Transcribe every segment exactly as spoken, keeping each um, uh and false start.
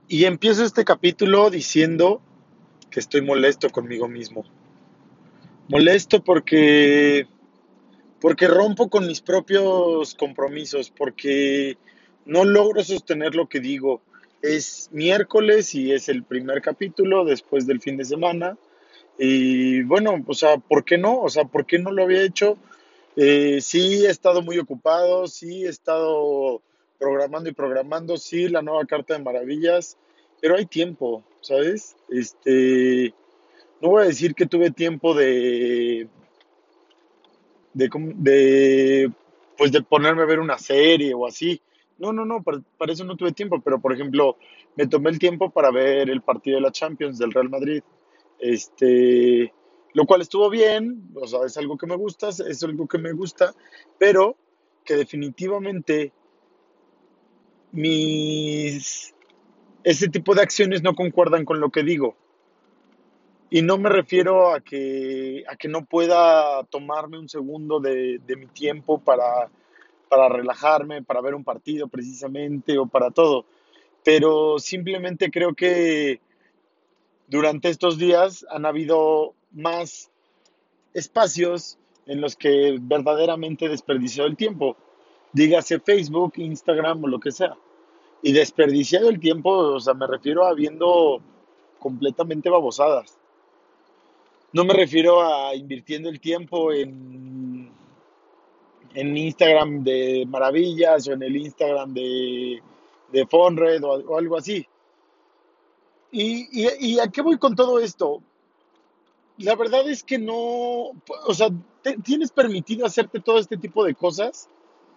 Y empiezo este capítulo diciendo que estoy molesto conmigo mismo. Molesto porque, porque rompo con mis propios compromisos, porque no logro sostener lo que digo. Es miércoles y es el primer capítulo después del fin de semana. Y bueno, o sea, ¿por qué no? O sea, ¿por qué no lo había hecho? Eh, sí, he estado muy ocupado, sí, he estado programando y programando, sí, la nueva carta de maravillas, pero hay tiempo, ¿sabes? Este, no voy a decir que tuve tiempo de, de, cómo- de, pues de ponerme a ver una serie o así. No, no, no, para, para eso no tuve tiempo, pero por ejemplo, me tomé el tiempo para ver el partido de la Champions del Real Madrid. Este, lo cual estuvo bien, o sea, es algo que me gusta, es algo que me gusta, pero que definitivamente mis, ese tipo de acciones no concuerdan con lo que digo. Y no me refiero a que, a que no pueda tomarme un segundo de, de mi tiempo para, para relajarme, para ver un partido precisamente o para todo, pero simplemente creo que durante estos días han habido más espacios en los que verdaderamente he desperdiciado el tiempo, dígase Facebook, Instagram o lo que sea. Y desperdiciado el tiempo, o sea, me refiero a viendo completamente babosadas. No me refiero a invirtiendo el tiempo en, en Instagram de maravillas o en el Instagram de, de Fonred o, o algo así. ¿Y, y, ¿Y a qué voy con todo esto? La verdad es que no, o sea, te- tienes permitido hacerte todo este tipo de cosas.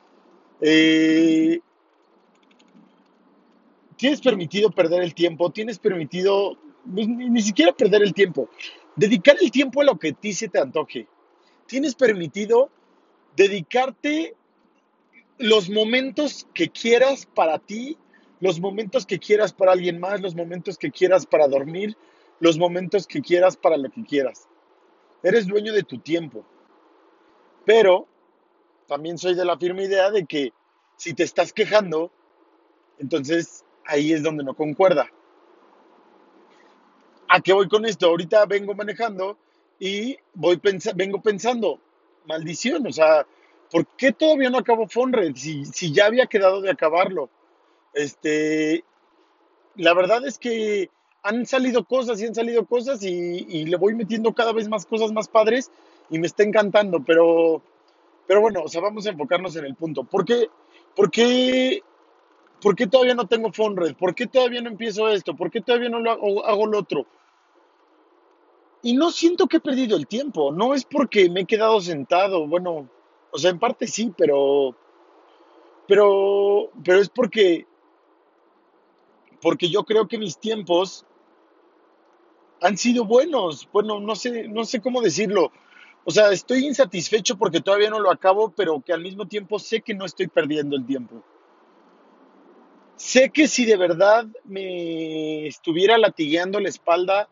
Eh, tienes permitido perder el tiempo, tienes permitido pues, ni, ni siquiera perder el tiempo, dedicar el tiempo a lo que a ti se te antoje. Tienes permitido dedicarte los momentos que quieras para ti, los momentos que quieras para alguien más, los momentos que quieras para dormir, los momentos que quieras para lo que quieras. Eres dueño de tu tiempo, pero también soy de la firme idea de que si te estás quejando, entonces ahí es donde no concuerda. ¿A qué voy con esto? Ahorita vengo manejando y voy pensa vengo pensando, maldición, o sea, ¿por qué todavía no acabo Fonred si, si ya había quedado de acabarlo? Este, la verdad es que han salido cosas y han salido cosas y, y le voy metiendo cada vez más cosas más padres y me está encantando, pero, pero bueno, o sea, vamos a enfocarnos en el punto. ¿Por qué, por qué, por qué todavía no tengo Fonred? ¿Por qué todavía no empiezo esto? ¿Por qué todavía no lo hago, hago lo otro? Y no siento que he perdido el tiempo, no es porque me he quedado sentado, bueno, o sea, en parte sí, pero, pero, pero es porque, porque yo creo que mis tiempos han sido buenos. Bueno, no sé, no sé cómo decirlo. O sea, estoy insatisfecho porque todavía no lo acabo, pero que al mismo tiempo sé que no estoy perdiendo el tiempo. Sé que si de verdad me estuviera latigueando la espalda,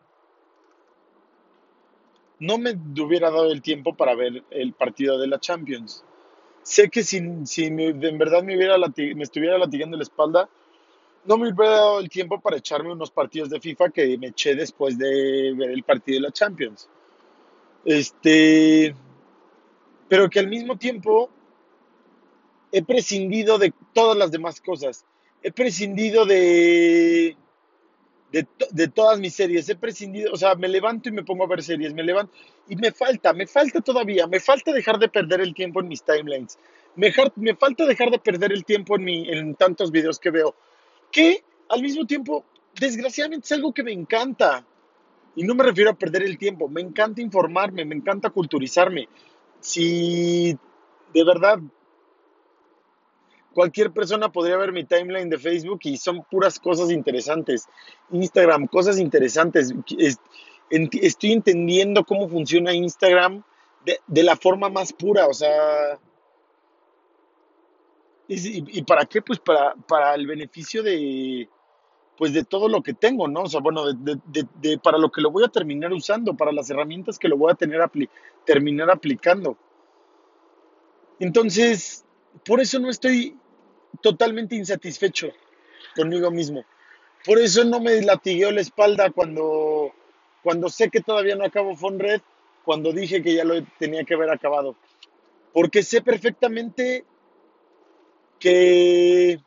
no me hubiera dado el tiempo para ver el partido de la Champions. Sé que si, si me- en verdad me, hubiera lati- me estuviera latigando la espalda, no me hubiera dado el tiempo para echarme unos partidos de FIFA que me eché después de ver el partido de la Champions. Este, pero que al mismo tiempo he prescindido de todas las demás cosas. He prescindido de, de, to- de todas mis series. He prescindido, o sea, me levanto y me pongo a ver series. Me levanto y me falta, me falta todavía. Me falta dejar de perder el tiempo en mis timelines. Me, jar- me falta dejar de perder el tiempo en, mi, en tantos videos que veo. Que al mismo tiempo, desgraciadamente, es algo que me encanta. Y no me refiero a perder el tiempo. Me encanta informarme, me encanta culturizarme. Si de verdad cualquier persona podría ver mi timeline de Facebook y son puras cosas interesantes. Instagram, cosas interesantes. Es- enti- Estoy entendiendo cómo funciona Instagram de, de la forma más pura, o sea, y, si- y para qué? Pues para, para el beneficio de, pues de todo lo que tengo, ¿no? O sea, bueno, de, de- de- de- para lo que lo voy a terminar usando, para las herramientas que lo voy a tener apli- terminar aplicando. Entonces, por eso no estoy totalmente insatisfecho conmigo mismo. Por eso no me latigueó la espalda cuando, cuando sé que todavía no acabo Fonred, cuando dije que ya lo tenía que haber acabado. Porque sé perfectamente que,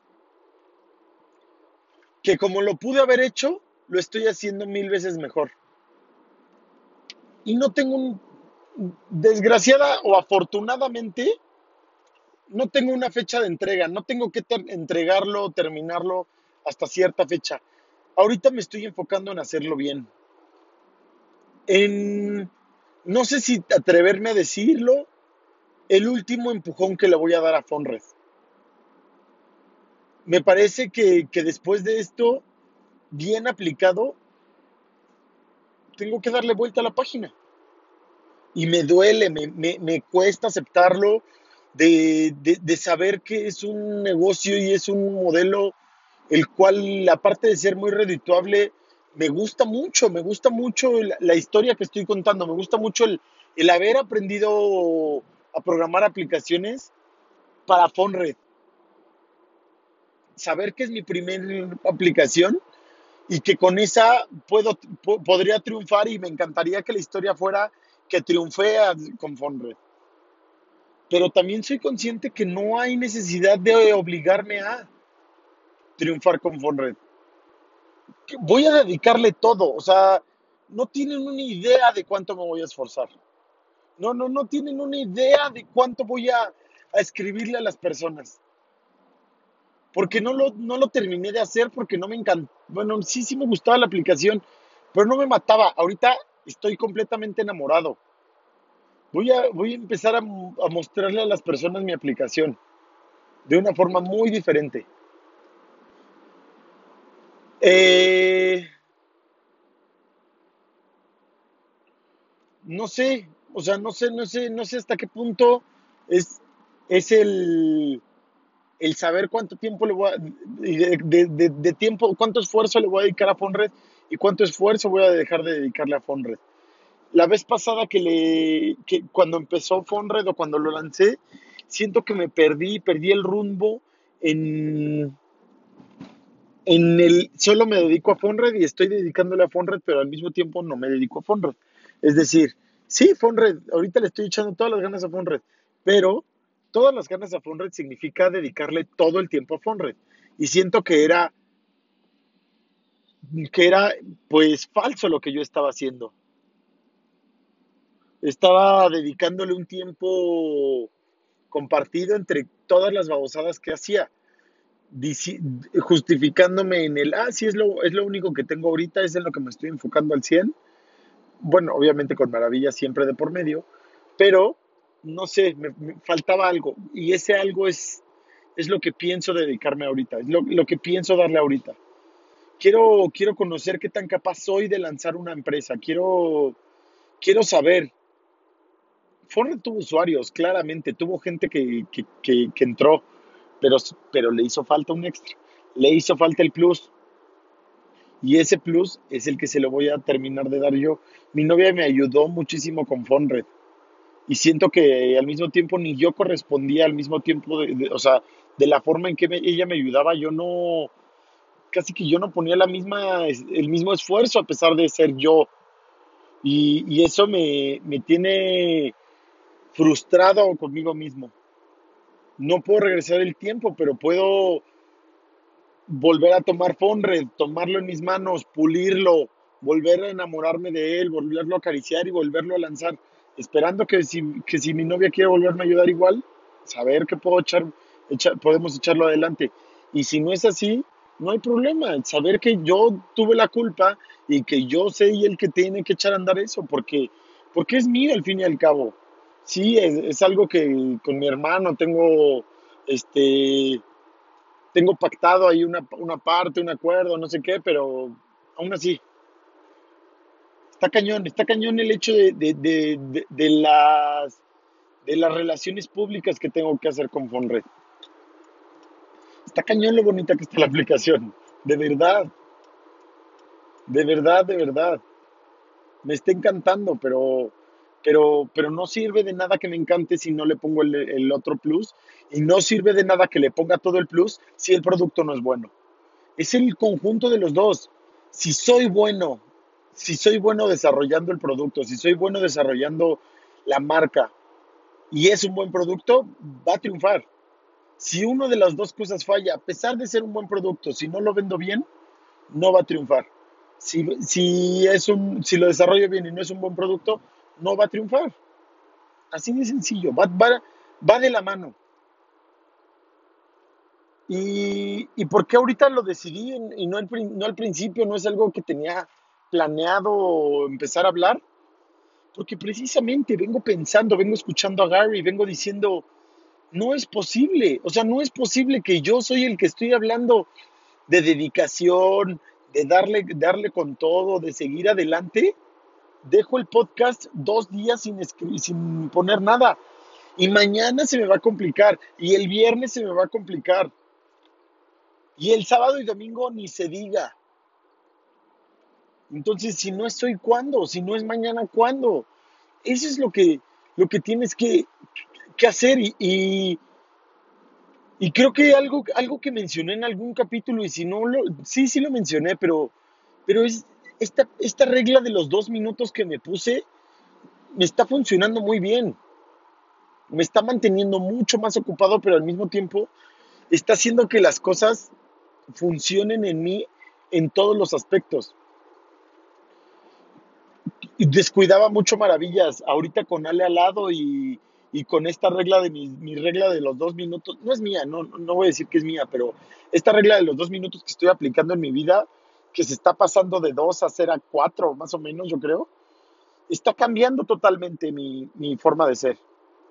que como lo pude haber hecho, lo estoy haciendo mil veces mejor. Y no tengo un, desgraciada o afortunadamente, no tengo una fecha de entrega, no tengo que ter- entregarlo, terminarlo hasta cierta fecha. Ahorita me estoy enfocando en hacerlo bien. En, no sé si atreverme a decirlo, el último empujón que le voy a dar a Fonred. Me parece que, que después de esto, bien aplicado, tengo que darle vuelta a la página. Y me duele, me, me, me cuesta aceptarlo, de, de, de saber que es un negocio y es un modelo el cual, aparte de ser muy redituable, me gusta mucho, me gusta mucho la, la historia que estoy contando, me gusta mucho el, el haber aprendido a programar aplicaciones para Fonred, saber que es mi primera aplicación y que con esa puedo, po- podría triunfar y me encantaría que la historia fuera que triunfé a- con Fonred. Pero también soy consciente que no hay necesidad de obligarme a triunfar con Fonred. Que voy a dedicarle todo, o sea, no tienen una idea de cuánto me voy a esforzar. No, no, no tienen una idea de cuánto voy a, a escribirle a las personas. Porque no lo, no lo terminé de hacer porque no me encantó. Bueno, sí, sí me gustaba la aplicación, pero no me mataba. Ahorita estoy completamente enamorado. Voy a, voy a empezar a, a mostrarle a las personas mi aplicación de una forma muy diferente. Eh, no sé, o sea, no sé, no sé, no sé hasta qué punto es, es el, el saber cuánto tiempo le voy a, de, de, de, de tiempo, cuánto esfuerzo le voy a dedicar a Fonred y cuánto esfuerzo voy a dejar de dedicarle a Fonred. La vez pasada que le, que cuando empezó Fonred o cuando lo lancé, siento que me perdí, perdí el rumbo en, en el, solo me dedico a Fonred y estoy dedicándole a Fonred, pero al mismo tiempo no me dedico a Fonred. Es decir, sí, Fonred, ahorita le estoy echando todas las ganas a Fonred, pero todas las ganas a Fonred significa dedicarle todo el tiempo a Fonred. Y siento que era, que era pues falso lo que yo estaba haciendo. Estaba dedicándole un tiempo compartido entre todas las babosadas que hacía, dici- justificándome en el, ah, sí, es lo, es lo único que tengo ahorita, es en lo que me estoy enfocando al cien. Bueno, obviamente con maravillas siempre de por medio, pero no sé, me, me faltaba algo y ese algo es, es lo que pienso dedicarme ahorita, es lo, lo que pienso darle ahorita. Quiero, quiero conocer qué tan capaz soy de lanzar una empresa, quiero, quiero saber. Fortnite tuvo usuarios, claramente, tuvo gente que, que, que, que entró, pero, pero le hizo falta un extra, le hizo falta el plus, y ese plus es el que se lo voy a terminar de dar yo. Mi novia me ayudó muchísimo con Fonred, y siento que al mismo tiempo ni yo correspondía al mismo tiempo, de, de- o sea, de la forma en que me- ella me ayudaba, yo no, casi que yo no ponía la misma, el mismo esfuerzo a pesar de ser yo, y, y eso me, me tiene frustrado conmigo mismo. No puedo regresar el tiempo, pero puedo volver a tomar Fonred, tomarlo en mis manos, pulirlo, volver a enamorarme de él, volverlo a acariciar y volverlo a lanzar, esperando que si, que si mi novia quiere volverme a ayudar igual, saber que puedo echar, echar- podemos echarlo adelante. Y si no es así, no hay problema, saber que yo tuve la culpa y que yo soy el que tiene que echar a andar eso, porque, porque es mío al fin y al cabo. Sí, es, es algo que con mi hermano tengo, este, tengo pactado ahí una, una parte, un acuerdo, no sé qué, pero aún así, está cañón, está cañón el hecho de, de, de, de, de las, de las relaciones públicas que tengo que hacer con Fonred. Está cañón lo bonita que está la aplicación, de verdad, de verdad, de verdad. Me está encantando, pero, pero, pero no sirve de nada que me encante si no le pongo el, el otro plus, y no sirve de nada que le ponga todo el plus si el producto no es bueno. Es el conjunto de los dos. Si soy bueno, si soy bueno desarrollando el producto, si soy bueno desarrollando la marca y es un buen producto, va a triunfar. Si uno de las dos cosas falla, a pesar de ser un buen producto, si no lo vendo bien, no va a triunfar. Si, si, es un, si lo desarrollo bien y no es un buen producto, no va a triunfar. Así de sencillo, va, va, va de la mano. ¿Y, y por qué ahorita lo decidí y no al, no al principio? ¿No es algo que tenía planeado empezar a hablar? Porque precisamente vengo pensando, vengo escuchando a Gary, vengo diciendo, no es posible, o sea, no es posible que yo soy el que estoy hablando de dedicación, de darle, darle con todo, de seguir adelante. Dejo el podcast dos días sin, escribir, sin poner nada. Y mañana se me va a complicar. Y el viernes se me va a complicar. Y el sábado y domingo ni se diga. Entonces, si no estoy, ¿cuándo? Si no es mañana, ¿cuándo? Eso es lo que, lo que tienes que, que hacer. Y, y, y creo que algo, algo que mencioné en algún capítulo, y si no lo, sí, sí lo mencioné, pero, pero es esta, esta regla de los dos minutos que me puse, me está funcionando muy bien. Me está manteniendo mucho más ocupado, pero al mismo tiempo está haciendo que las cosas funcionen en mí en todos los aspectos. Y descuidaba mucho maravillas. Ahorita con Ale al lado y, y con esta regla de mi, mi, regla de los dos minutos, no es mía, no, no voy a decir que es mía, pero esta regla de los dos minutos que estoy aplicando en mi vida, que se está pasando de dos a ser a cuatro, más o menos, yo creo, está cambiando totalmente mi, mi forma de ser.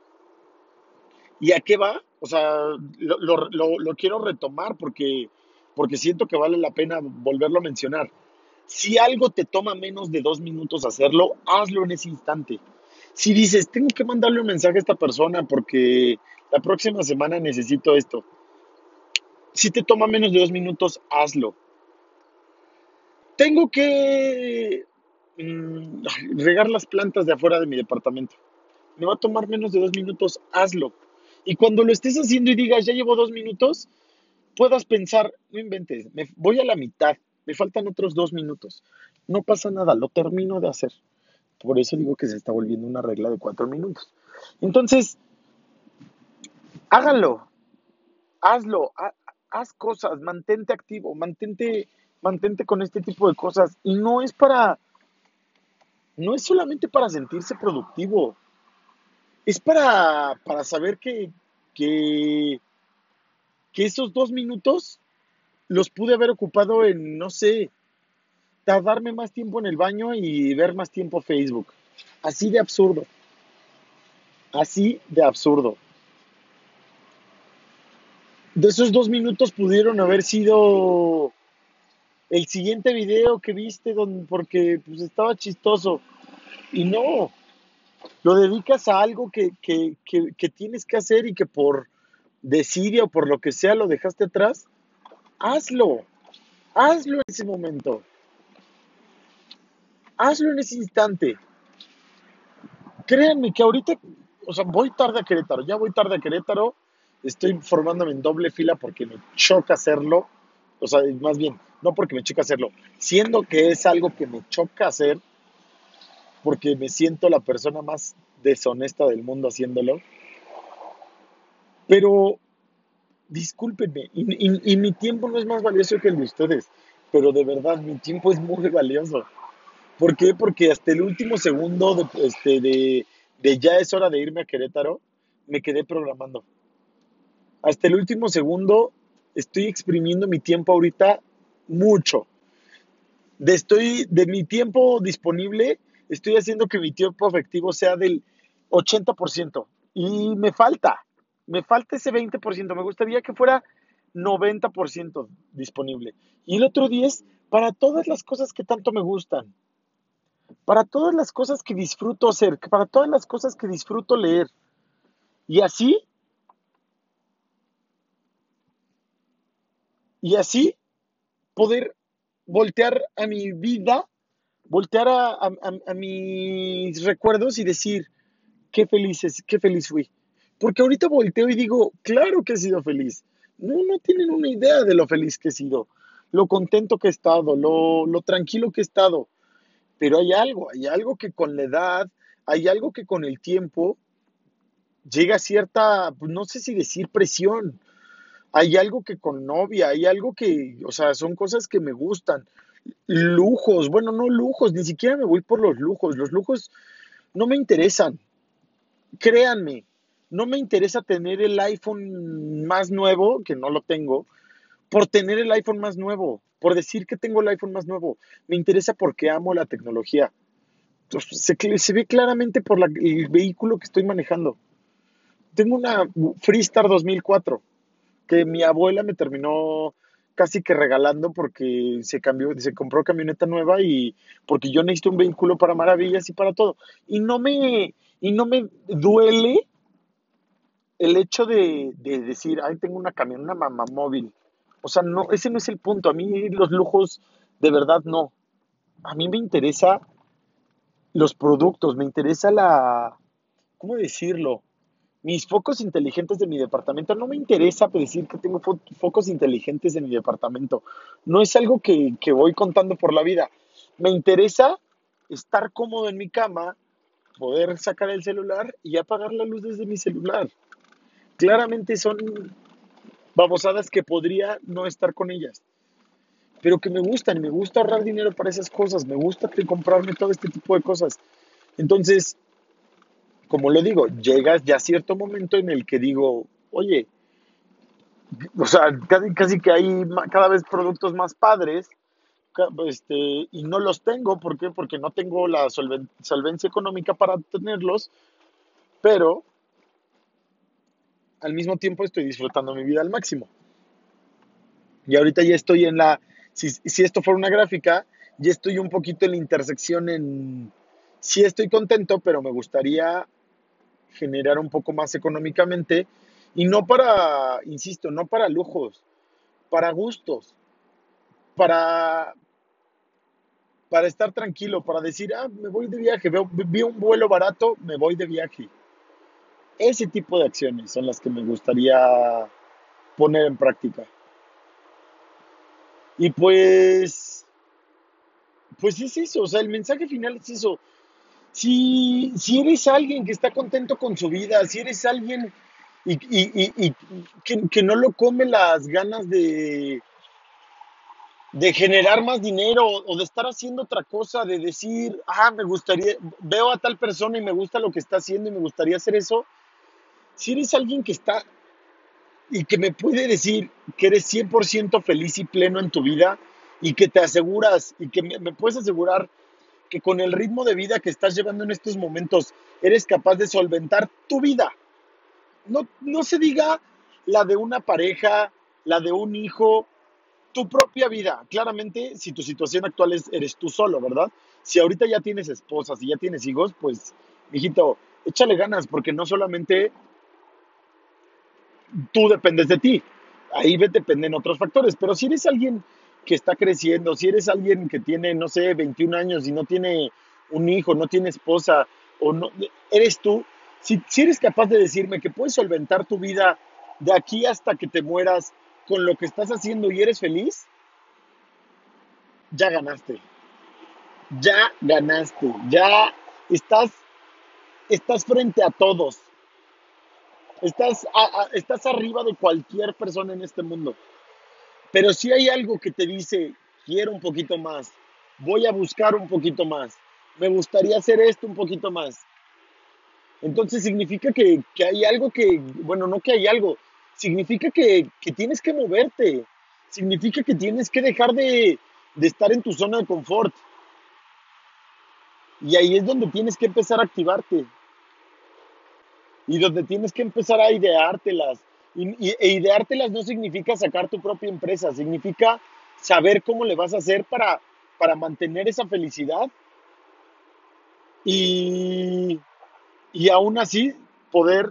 ¿Y a qué va? O sea, lo, lo, lo, lo quiero retomar porque, porque siento que vale la pena volverlo a mencionar. Si algo te toma menos de dos minutos hacerlo, hazlo en ese instante. Si dices, tengo que mandarle un mensaje a esta persona porque la próxima semana necesito esto. Si te toma menos de dos minutos, hazlo. Tengo que mm, regar las plantas de afuera de mi departamento. Me va a tomar menos de dos minutos, hazlo. Y cuando lo estés haciendo y digas, ya llevo dos minutos, puedas pensar, no inventes, me voy a la mitad, me faltan otros dos minutos. No pasa nada, lo termino de hacer. Por eso digo que se está volviendo una regla de cuatro minutos. Entonces, háganlo, hazlo, ha- haz cosas, mantente activo, mantente, mantente con este tipo de cosas. Y no es para, no es solamente para sentirse productivo, es para, para saber que, que, que esos dos minutos los pude haber ocupado en, no sé, tardarme más tiempo en el baño y ver más tiempo Facebook. Así de absurdo, así de absurdo. De esos dos minutos pudieron haber sido el siguiente video que viste don, porque pues, estaba chistoso. Y no, lo dedicas a algo que, que, que, que tienes que hacer y que por desidia o por lo que sea lo dejaste atrás. Hazlo, hazlo en ese momento, hazlo en ese instante. Créanme que ahorita, o sea, voy tarde a Querétaro, ya voy tarde a Querétaro, estoy formándome en doble fila porque me choca hacerlo, o sea, más bien, no porque me choca hacerlo, siendo que es algo que me choca hacer, porque me siento la persona más deshonesta del mundo haciéndolo, pero discúlpenme, y, y, y mi tiempo no es más valioso que el de ustedes, pero de verdad, mi tiempo es muy valioso. ¿Por qué? Porque hasta el último segundo de, este, de, de ya es hora de irme a Querétaro, me quedé programando. Hasta el último segundo estoy exprimiendo mi tiempo ahorita mucho. De, estoy, de mi tiempo disponible, estoy haciendo que mi tiempo efectivo sea del ochenta por ciento. Y me falta, me falta ese veinte por ciento. Me gustaría que fuera noventa por ciento disponible. Y el otro diez por ciento para todas las cosas que tanto me gustan. Para todas las cosas que disfruto hacer, para todas las cosas que disfruto leer. Y así, y así poder voltear a mi vida, voltear a, a, a, mis recuerdos y decir, qué feliz, es, qué feliz fui. Porque ahorita volteo y digo, claro que he sido feliz. No, no tienen una idea de lo feliz que he sido. lo contento que he estado, lo, lo tranquilo que he estado. Pero hay algo, hay algo que con la edad, hay algo que con el tiempo llega a cierta, pues, no sé si decir presión. Hay algo que con novia, hay algo que, o sea, son cosas que me gustan. Lujos, bueno, no lujos, ni siquiera me voy por los lujos. Los lujos no me interesan. Créanme, no me interesa tener el iPhone más nuevo, que no lo tengo, por tener el iPhone más nuevo, por decir que tengo el iPhone más nuevo. Me interesa porque amo la tecnología. Entonces, Se, se ve claramente por la- el vehículo que estoy manejando. Tengo una Freestar dos mil cuatro que mi abuela me terminó casi que regalando porque se cambió, se compró camioneta nueva y porque yo necesito un vehículo para maravillas y para todo. Y no me, y no me duele el hecho de, de decir, ay, tengo una camión, una mamá móvil. O sea, no, ese no es el punto. A mí los lujos, de verdad, no. A mí me interesa los productos, me interesa la, ¿cómo decirlo? Mis focos inteligentes de mi departamento. No me interesa decir que tengo fo- focos inteligentes en mi departamento. No es algo que, que voy contando por la vida. Me interesa estar cómodo en mi cama, poder sacar el celular y apagar la luz desde mi celular. Claramente son babosadas que podría no estar con ellas, pero que me gustan, me gusta ahorrar dinero para esas cosas, me gusta que comprarme todo este tipo de cosas. Entonces, como lo digo, llegas ya a cierto momento en el que digo, oye, o sea, casi, casi que hay ma- cada vez productos más padres, ca- este, y no los tengo, ¿por qué? Porque no tengo la solven- solvencia económica para tenerlos, pero al mismo tiempo estoy disfrutando mi vida al máximo. Y ahorita ya estoy en la, si, si esto fuera una gráfica, ya estoy un poquito en la intersección en, sí estoy contento, pero me gustaría generar un poco más económicamente y no para, insisto, no para lujos, para gustos, para, para estar tranquilo, para decir, ah, me voy de viaje, veo, vi un vuelo barato, me voy de viaje. Ese tipo de acciones son las que me gustaría poner en práctica. Y pues, pues es eso, o sea, el mensaje final es eso. Si, si eres alguien que está contento con su vida, si eres alguien y, y- y- y que, que no lo come las ganas de, de generar más dinero o de estar haciendo otra cosa, de decir, ah, me gustaría, veo a tal persona y me gusta lo que está haciendo y me gustaría hacer eso, si eres alguien que está y que me puede decir que eres cien por ciento feliz y pleno en tu vida y que te aseguras y que me, me puedes asegurar que con el ritmo de vida que estás llevando en estos momentos eres capaz de solventar tu vida. No, no se diga la de una pareja, la de un hijo, tu propia vida. Claramente, si tu situación actual es, eres tú solo, ¿verdad? Si ahorita ya tienes esposa, si ya tienes hijos, pues, mijito, échale ganas, porque no solamente tú dependes de ti, ahí dependen otros factores, pero si eres alguien que está creciendo, si eres alguien que tiene, no sé, veintiún años y no tiene un hijo, no tiene esposa, o no, eres tú, si, si eres capaz de decirme que puedes solventar tu vida de aquí hasta que te mueras con lo que estás haciendo y eres feliz, ya ganaste, ya ganaste, ya estás, estás frente a todos, estás, a, a, estás arriba de cualquier persona en este mundo. Pero si hay algo que te dice, quiero un poquito más, voy a buscar un poquito más, me gustaría hacer esto un poquito más, entonces significa que, que hay algo que, bueno, no que hay algo, significa que, que tienes que moverte, significa que tienes que dejar de, de estar en tu zona de confort. Y ahí es donde tienes que empezar a activarte y donde tienes que empezar a ideártelas. Y, y- e ideártelas no significa sacar tu propia empresa, significa saber cómo le vas a hacer para, para mantener esa felicidad y, y aún así poder,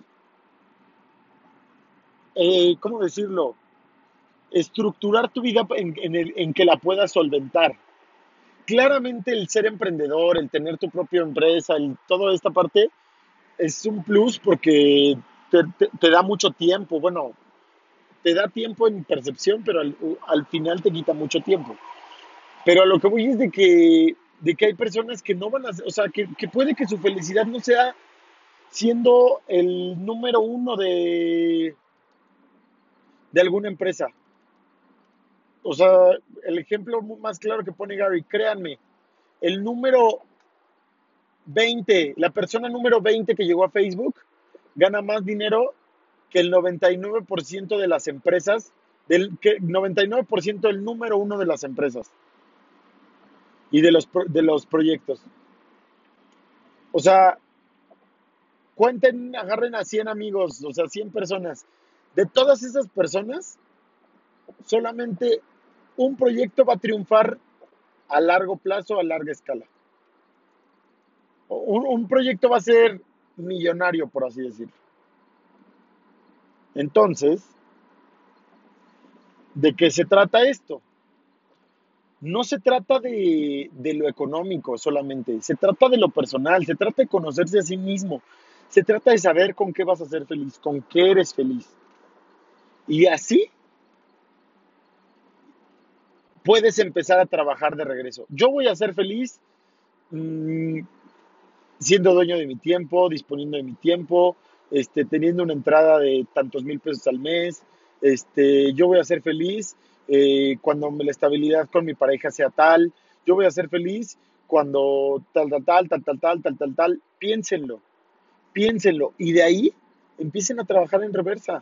eh, ¿cómo decirlo? Estructurar tu vida en, en el- en que la puedas solventar. Claramente el ser emprendedor, el tener tu propia empresa, el, toda esta parte es un plus porque te, te- te da mucho tiempo. Bueno, te da tiempo en percepción, pero al, al final te quita mucho tiempo. Pero a lo que voy es de que, de que hay personas que no van a, o sea, que, que puede que su felicidad no sea siendo el número uno de, de alguna empresa. O sea, el ejemplo más claro que pone Gary, créanme, el número veinte, la persona número veinte que llegó a Facebook, gana más dinero que el noventa y nueve por ciento de las empresas, del que noventa y nueve por ciento del número uno de las empresas y de los, de los proyectos. O sea, cuenten, agarren a cien amigos, o sea, cien personas. De todas esas personas, solamente un proyecto va a triunfar a largo plazo, a larga escala. Un, un proyecto va a ser millonario, por así decirlo. Entonces, ¿de qué se trata esto? No se trata de, de, lo económico solamente, se trata de lo personal, se trata de conocerse a sí mismo, se trata de saber con qué vas a ser feliz, con qué eres feliz. Y así puedes empezar a trabajar de regreso. Yo voy a ser feliz mmm, siendo dueño de mi tiempo, disponiendo de mi tiempo, este, teniendo una entrada de tantos mil pesos al mes. Este, yo voy a ser feliz eh, cuando la estabilidad con mi pareja sea tal. Yo voy a ser feliz cuando tal, tal, tal, tal, tal, tal, tal, tal, tal. Piénsenlo, piénsenlo. Y de ahí empiecen a trabajar en reversa.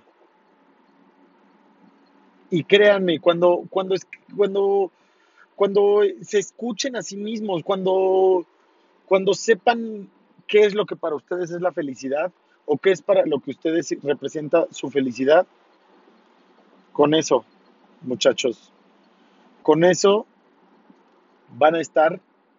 Y créanme, cuando, cuando, cuando, cuando se escuchen a sí mismos, cuando cuando sepan qué es lo que para ustedes es la felicidad o qué es para lo que ustedes representa su felicidad, con eso, muchachos, con eso van a estar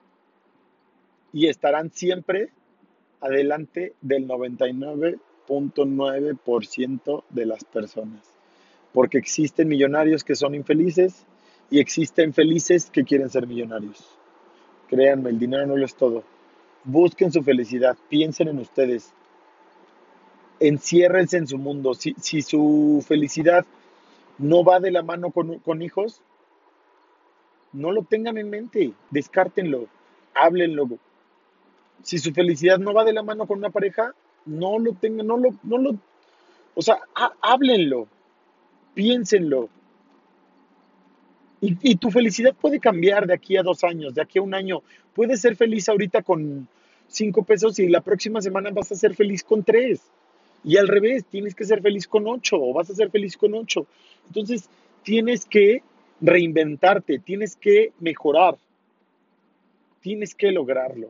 y estarán siempre adelante del noventa y nueve punto nueve por ciento de las personas. Porque existen millonarios que son infelices y existen felices que quieren ser millonarios. Créanme, el dinero no lo es todo. Busquen su felicidad, piensen en ustedes, enciérrense en su mundo. Si, si su felicidad no va de la mano con, con hijos, no lo tengan en mente, descártenlo, háblenlo. Si su felicidad no va de la mano con una pareja, no lo tengan, no lo, no lo, o sea, há, háblenlo, piénsenlo. Y, y tu felicidad puede cambiar de aquí a dos años, de aquí a un año. Puedes ser feliz ahorita con cinco pesos y la próxima semana vas a ser feliz con tres. Y al revés, tienes que ser feliz con ocho o vas a ser feliz con ocho. Entonces, tienes que reinventarte, tienes que mejorar, tienes que lograrlo.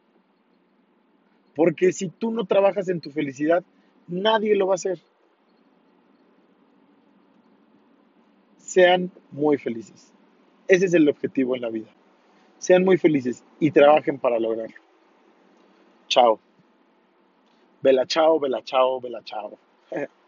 Porque si tú no trabajas en tu felicidad, nadie lo va a hacer. Sean muy felices. Ese es el objetivo en la vida. Sean muy felices y trabajen para lograrlo. Chao. Bella chao, bella chao, bella chao.